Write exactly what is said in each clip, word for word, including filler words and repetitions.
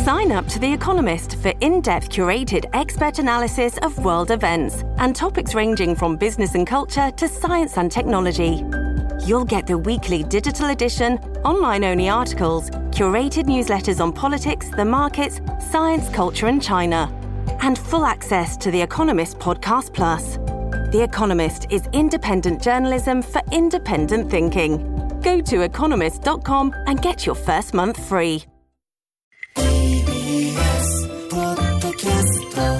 Sign up to The Economist for in-depth curated expert analysis of world events and topics ranging from business and culture to science and technology. You'll get the weekly digital edition, online-only articles, curated newsletters on politics, the markets, science, culture and China, and full access to The Economist Podcast Plus. The Economist is independent journalism for independent thinking. Go to economist dot com and get your first month free. ティービーエス ポッドキャスト。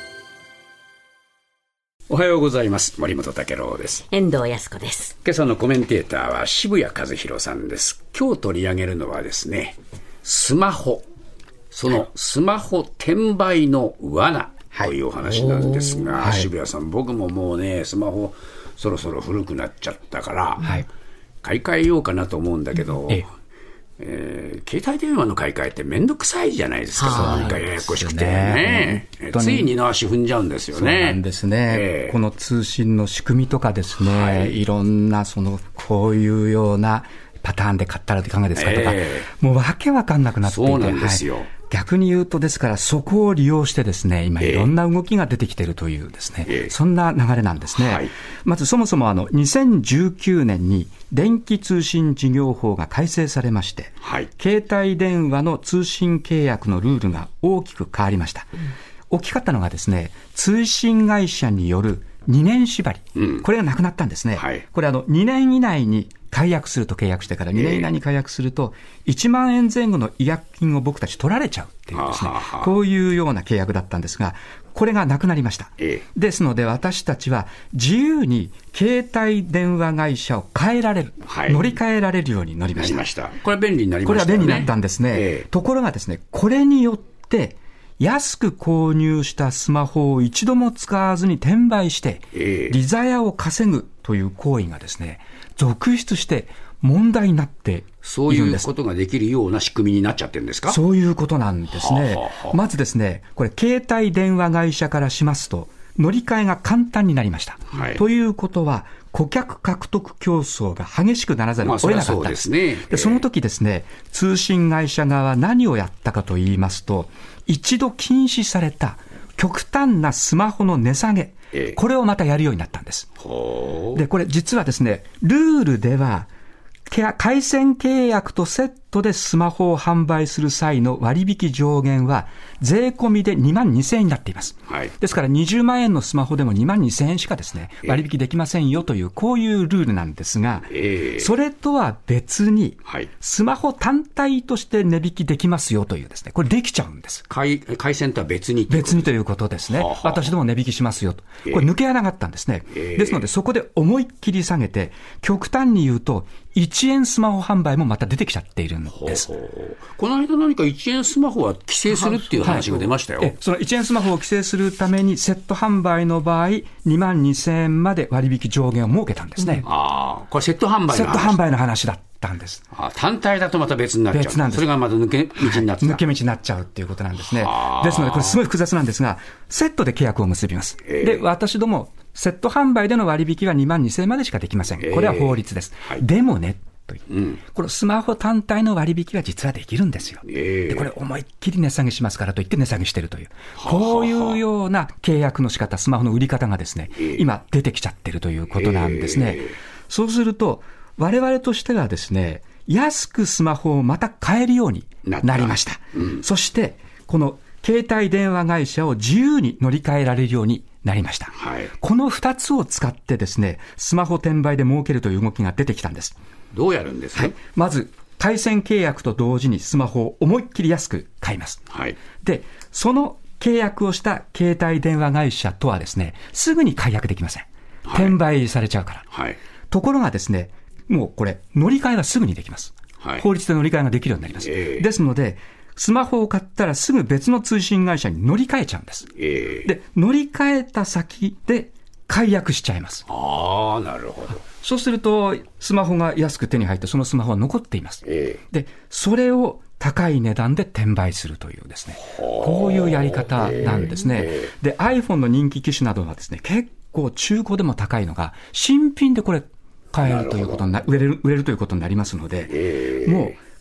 おはようございます。森本武郎です。 遠藤康子です。 今朝のコメンテーターは渋谷和弘さんです。今日取り上げるのはですね、スマホ、そのスマホ転売の罠というお話なんですが、はい、渋谷さん、僕ももうねスマホそろそろ古くなっちゃったから、はい、買い替えようかなと思うんだけど、ええー、携帯電話の買い替えってめんどくさいじゃないですか。なんかややこしくてね、つい二の足踏んじゃうんですよね。 そうなんですね、えー、この通信の仕組みとかですね、はい、いろんなそのこういうようなパターンで買ったらいかがですかとか、えー、もうわけわかんなくなっていて、 そうなんですよ、はい、 逆に言うとですからそこを利用してですね、今いろんな動きが出てきているというですね、えー、そんな流れなんですね、はい、まずそもそもあのにせんじゅうきゅうねんに電気通信事業法が改正されまして、はい、携帯電話の通信契約のルールが大きく変わりました、うん、大きかったのがですね、通信会社によるにねん縛り、うん、これがなくなったんですね、はい、これあのにねん以内に解約すると、契約してからにねん以内に解約するといちまんえんぜん後の違約金を僕たち取られちゃうっていうですね、こういうような契約だったんですが、これがなくなりました、ええ、ですので私たちは自由に携帯電話会社を変えられる、はい、乗り換えられるようになりました。なりました。これは便利になりましたね。これは便利になったんですね、ええ、ところがですね、これによって安く購入したスマホを一度も使わずに転売して、ええ、利ざやを稼ぐという行為がですね、続出して問題になっているんです。 そういうことができるような仕組みになっちゃってるんですか。 そういうことなんですね、はあはあ、まずですね、これ携帯電話会社からしますと乗り換えが簡単になりました、はい、ということは顧客獲得競争が激しくならざるを得なかったんです。まあ、そうですね、でその時ですね、通信会社側は何をやったかと言いますと、一度禁止された極端なスマホの値下げ、ええ、これをまたやるようになったんです。でこれ実はですね、ルールでは回線契約とセットでスマホを販売する際の割引上限は税込みでにまんにせんえんになっています、はい、ですからにじゅうまんえんのスマホでもにまんにせんえんしかですね、割引できませんよという、こういうルールなんですが、えー、それとは別にスマホ単体として値引きできますよというですね、これできちゃうんです。 回, 回線とは別に別にということですね、はあはあ、私ども値引きしますよと、これ抜け穴があったんですね、えー、ですのでそこで思いっきり下げて、極端に言うといちえんスマホ販売もまた出てきちゃっているんです。ほうほう、 この間何かいちえんスマホは規制するっていう話が出ましたよ、 はい、そのいちえんスマホを規制するためにセット販売の場合にまんにせんえんまで割引上限を設けたんですね、うん、 あこれセット販売の話、 セット販売の話だったんです。 あ単体だとまた別になっちゃう。 別なんです。 それがまた抜け道になってた、 はい、抜け道になっちゃうっていうことなんですね。ですのでこれすごい複雑なんですが、セットで契約を結びます、えー、で私どもセット販売での割引はにまんにせんえんまでしかできません。これは法律です、えーはい、でもねという、うん、このスマホ単体の割引は実はできるんですよ、えー、でこれ思いっきり値下げしますからといって値下げしているという、こういうような契約の仕方、スマホの売り方がですね、えー、今出てきちゃってるということなんですね、えー、そうすると我々としてはですね、安くスマホをまた買えるようになりました、うん、そしてこの携帯電話会社を自由に乗り換えられるようになりました、はい、このふたつを使ってですね、スマホ転売で儲けるという動きが出てきたんです。 どうやるんですか。はい、 まず回線契約と同時にスマホを思いっきり安く買います、はい、でその契約をした携帯電話会社とはですね、すぐに解約できません、はい、転売されちゃうから、はい、ところがですね、もうこれ乗り換えはすぐにできます、はい、法律で乗り換えができるようになります、えー、ですのでスマホを買ったらすぐ別の通信会社に乗り換えちゃうんです、えー、で乗り換えた先で解約しちゃいます。 ああ、なるほど。 そうするとスマホが安く手に入ってそのスマホは残っています、えー、でそれを高い値段で転売するというですね、こういうやり方なんですね、えー、で iPhone の人気機種などはですね、結構中古でも高いのが新品でこれ買えるということにな売れる売れるということになりますので、えー、もう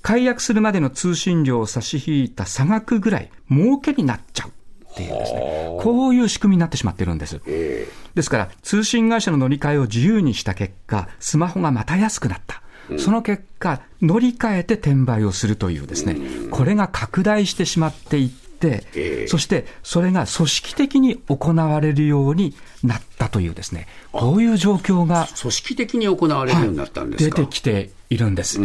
解約するまでの通信料を差し引いた差額ぐらい儲けになっちゃうっていうですね、こういう仕組みになってしまってるんです。ですから通信会社の乗り換えを自由にした結果、スマホがまた安くなった。その結果乗り換えて転売をするというですね、これが拡大してしまっていって、そしてそれが組織的に行われるようになったというですね、こういう状況が組織的に行われるようになったんですか。 はい、出てきているんです、うん、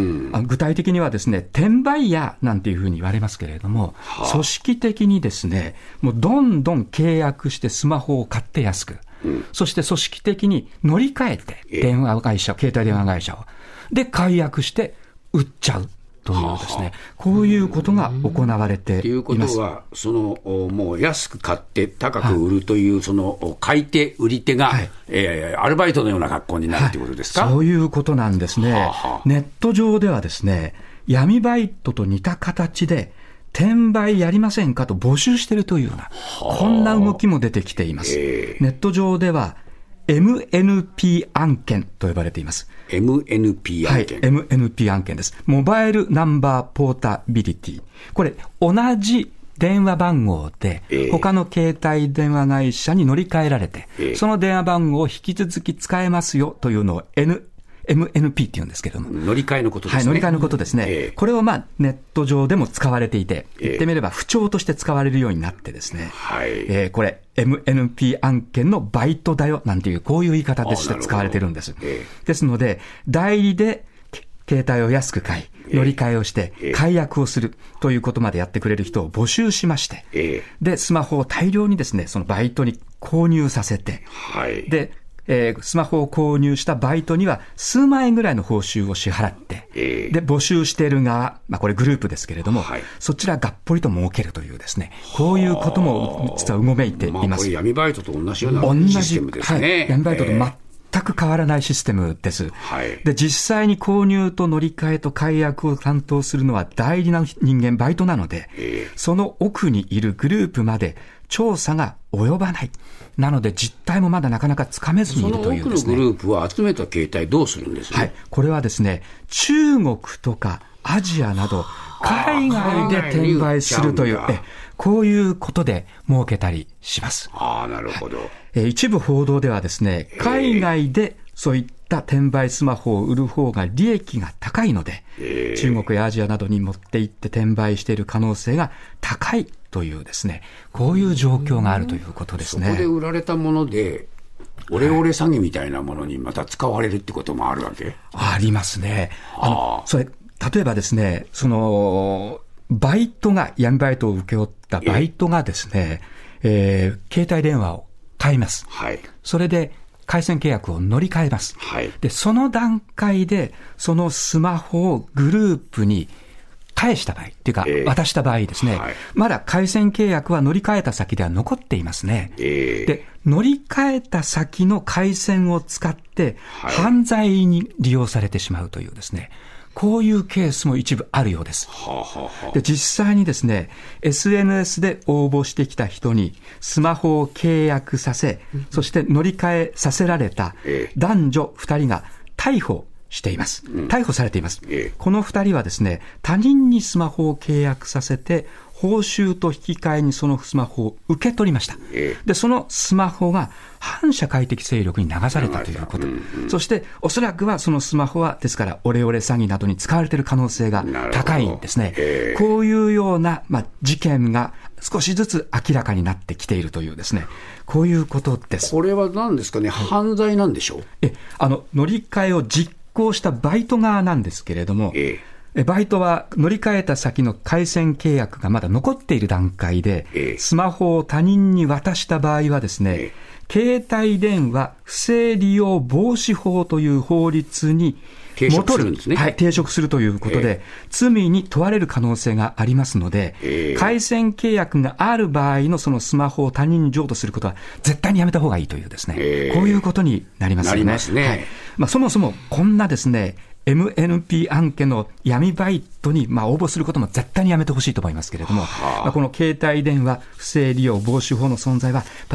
具体的にはですね、転売ヤーなんていうふうに言われますけれども、はあ、組織的にですね、もうどんどん契約してスマホを買って安く、うん、そして組織的に乗り換えて電話会社、携帯電話会社をで解約して売っちゃうというですね、はあ、こういうことが行われています。ということは、そのもう安く買って高く売るという、はい、その買い手売り手が、はい、えー、アルバイトのような格好になるということですか。 はい、そういうことなんですね。はあはあ、ネット上ではですね、闇バイトと似た形で転売やりませんかと募集しているというような、はあ、こんな動きも出てきています。えー、ネット上ではエムエヌピー 案件と呼ばれています。 エムエヌピー 案件。 はい、エムエヌピー 案件です。モバイルナンバーポータビリティ。これ、同じ電話番号で、他の携帯電話会社に乗り換えられて、えー、その電話番号を引き続き使えますよというのを Nエムエヌピー って言うんですけれども。 乗り換えのことですね。 はい、乗り換えのことですね。えー、これをまあネット上でも使われていて、言ってみれば不調として使われるようになってですね。はい、えー、これ エムエヌピー 案件のバイトだよなんていう、こういう言い方でして使われてるんです。えー、ですので、代理で携帯を安く買い、乗り換えをして、解約をするということまでやってくれる人を募集しまして、えー、で、スマホを大量にですね、そのバイトに購入させて、はい、で、えー、スマホを購入したバイトには数万円ぐらいの報酬を支払って、えー、で募集している側、まあ、これグループですけれども、はい、そちらがっぽりと儲けるというですね、こういうことも実はうごめいています。まあ、これ闇バイトと同じようなシステムですね。 はい、闇バイトと全く変わらないシステムです。はい、で実際に購入と乗り換えと解約を担当するのは代理な人間、バイトなので、えー、その奥にいるグループまで調査が及ばない。なので実態もまだなかなかつかめずにいるというですね。 その奥のグループは集めた携帯どうするんですか。 はい、これはですね、中国とかアジアなど海外で転売するという、えこういうことで儲けたりします。 ああ、なるほど。 え一部報道ではですね、海外でそういった転売スマホを売る方が利益が高いので、中国やアジアなどに持って行って転売している可能性が高いというですね、こういう状況があるということですね。 そこで売られたものでオレオレ詐欺みたいなものにまた使われるってこともあるわけ？ ありますね。あのそれ例えばですね、そのバイトが闇バイトを請け負ったバイトがですね、えー、携帯電話を買います。はい。それで回線契約を乗り換えます。はい。でその段階でそのスマホをグループに返した場合っていうか、えー、渡した場合ですね、はい、まだ回線契約は乗り換えた先では残っていますね。えー、で乗り換えた先の回線を使って犯罪に利用されてしまうというですね、こういうケースも一部あるようです。はあはあ、で実際にですね、エスエヌエス で応募してきた人にスマホを契約させ、そして乗り換えさせられた男女ふたりが逮捕しています。逮捕されています。うん、この二人はですね、他人にスマホを契約させて、報酬と引き換えにそのスマホを受け取りました。で、そのスマホが反社会的勢力に流されたということ。うんうん、そして、おそらくはそのスマホは、ですから、オレオレ詐欺などに使われている可能性が高いんですね。こういうような、まあ、事件が少しずつ明らかになってきているというですね、こういうことです。 これは何ですかね、犯罪なんでしょう？ え、あの、乗り換えを実行したバイト側なんですけれども、ええ、バイトは乗り換えた先の回線契約がまだ残っている段階で、ええ、スマホを他人に渡した場合はですね、ええ、携帯電話不正利用防止法という法律に抵触するんですね。 はい、抵触するということで、えー、罪に問われる可能性がありますので、えー、回線契約がある場合のそのスマホを他人に譲渡することは絶対にやめた方がいいというですね、えー、こういうことになりますよね。 なりますね。 はい、まあ、そもそもこんなですね、エムエヌピー 案件の闇バイトにまあ応募することも絶対にやめてほしいと思いますけれども、まあ、この携帯電話不正利用防止法の存在はやっぱり知っ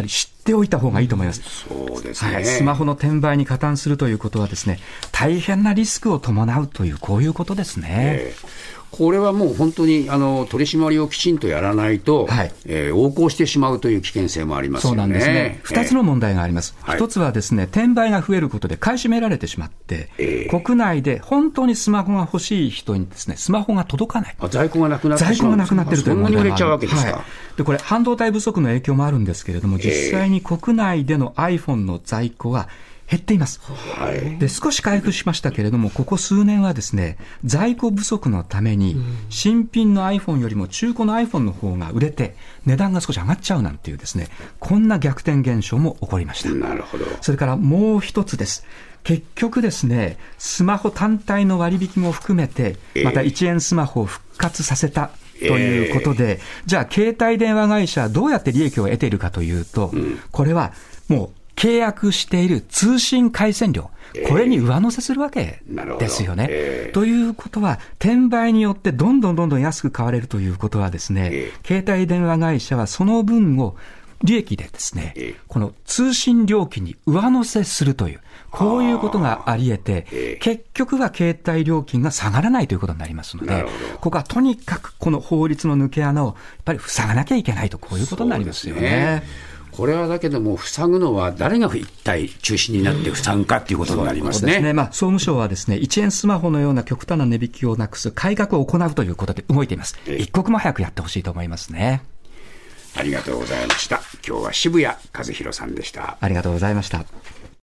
っておいた方がいいと思います。 そうですね。 はい、スマホの転売に加担するということはですね、大変なリスクを伴うという、こういうことですね。えーこれはもう本当にあの取り締まりをきちんとやらないと、はいえー、横行してしまうという危険性もありますよね。 そうなんですね。ふたつの問題があります。 えー、 ひとつはですね、転売が増えることで買い占められてしまって、えー、国内で本当にスマホが欲しい人にですね、スマホが届かない。 あ在庫がなくなってしまう。 在庫がなくなっているという問題がある。 そんなに売れちゃうわけですか。 はい、でこれ半導体不足の影響もあるんですけれども、実際に国内での iPhone の在庫は減っています。はい、で少し回復しましたけれども、ここ数年はですね、在庫不足のために新品の iPhone よりも中古の iPhone の方が売れて値段が少し上がっちゃうなんていうですね、こんな逆転現象も起こりました。 なるほど。 それからもう一つです。結局ですね、スマホ単体の割引も含めてまたいちえんスマホを復活させたということで、えー、じゃあ携帯電話会社はどうやって利益を得ているかというと、うん、これはもう契約している通信回線料、これに上乗せするわけですよね。えー、ということは、転売によってどんどんどんどん安く買われるということはですね、えー、携帯電話会社はその分を利益でですね、えー、この通信料金に上乗せするという、こういうことがあり得て、えー、結局は携帯料金が下がらないということになりますので、ここはとにかくこの法律の抜け穴をやっぱり塞がなきゃいけないと、こういうことになりますよね。 これはだけども、塞ぐのは誰が一体中心になって塞ぐかということになりますね。 そうですね。まあ、総務省はですね、いちえんスマホのような極端な値引きをなくす改革を行うということで動いています。一刻も早くやってほしいと思いますね。 ありがとうございました。今日は渋谷和弘さんでした。 ありがとうございました。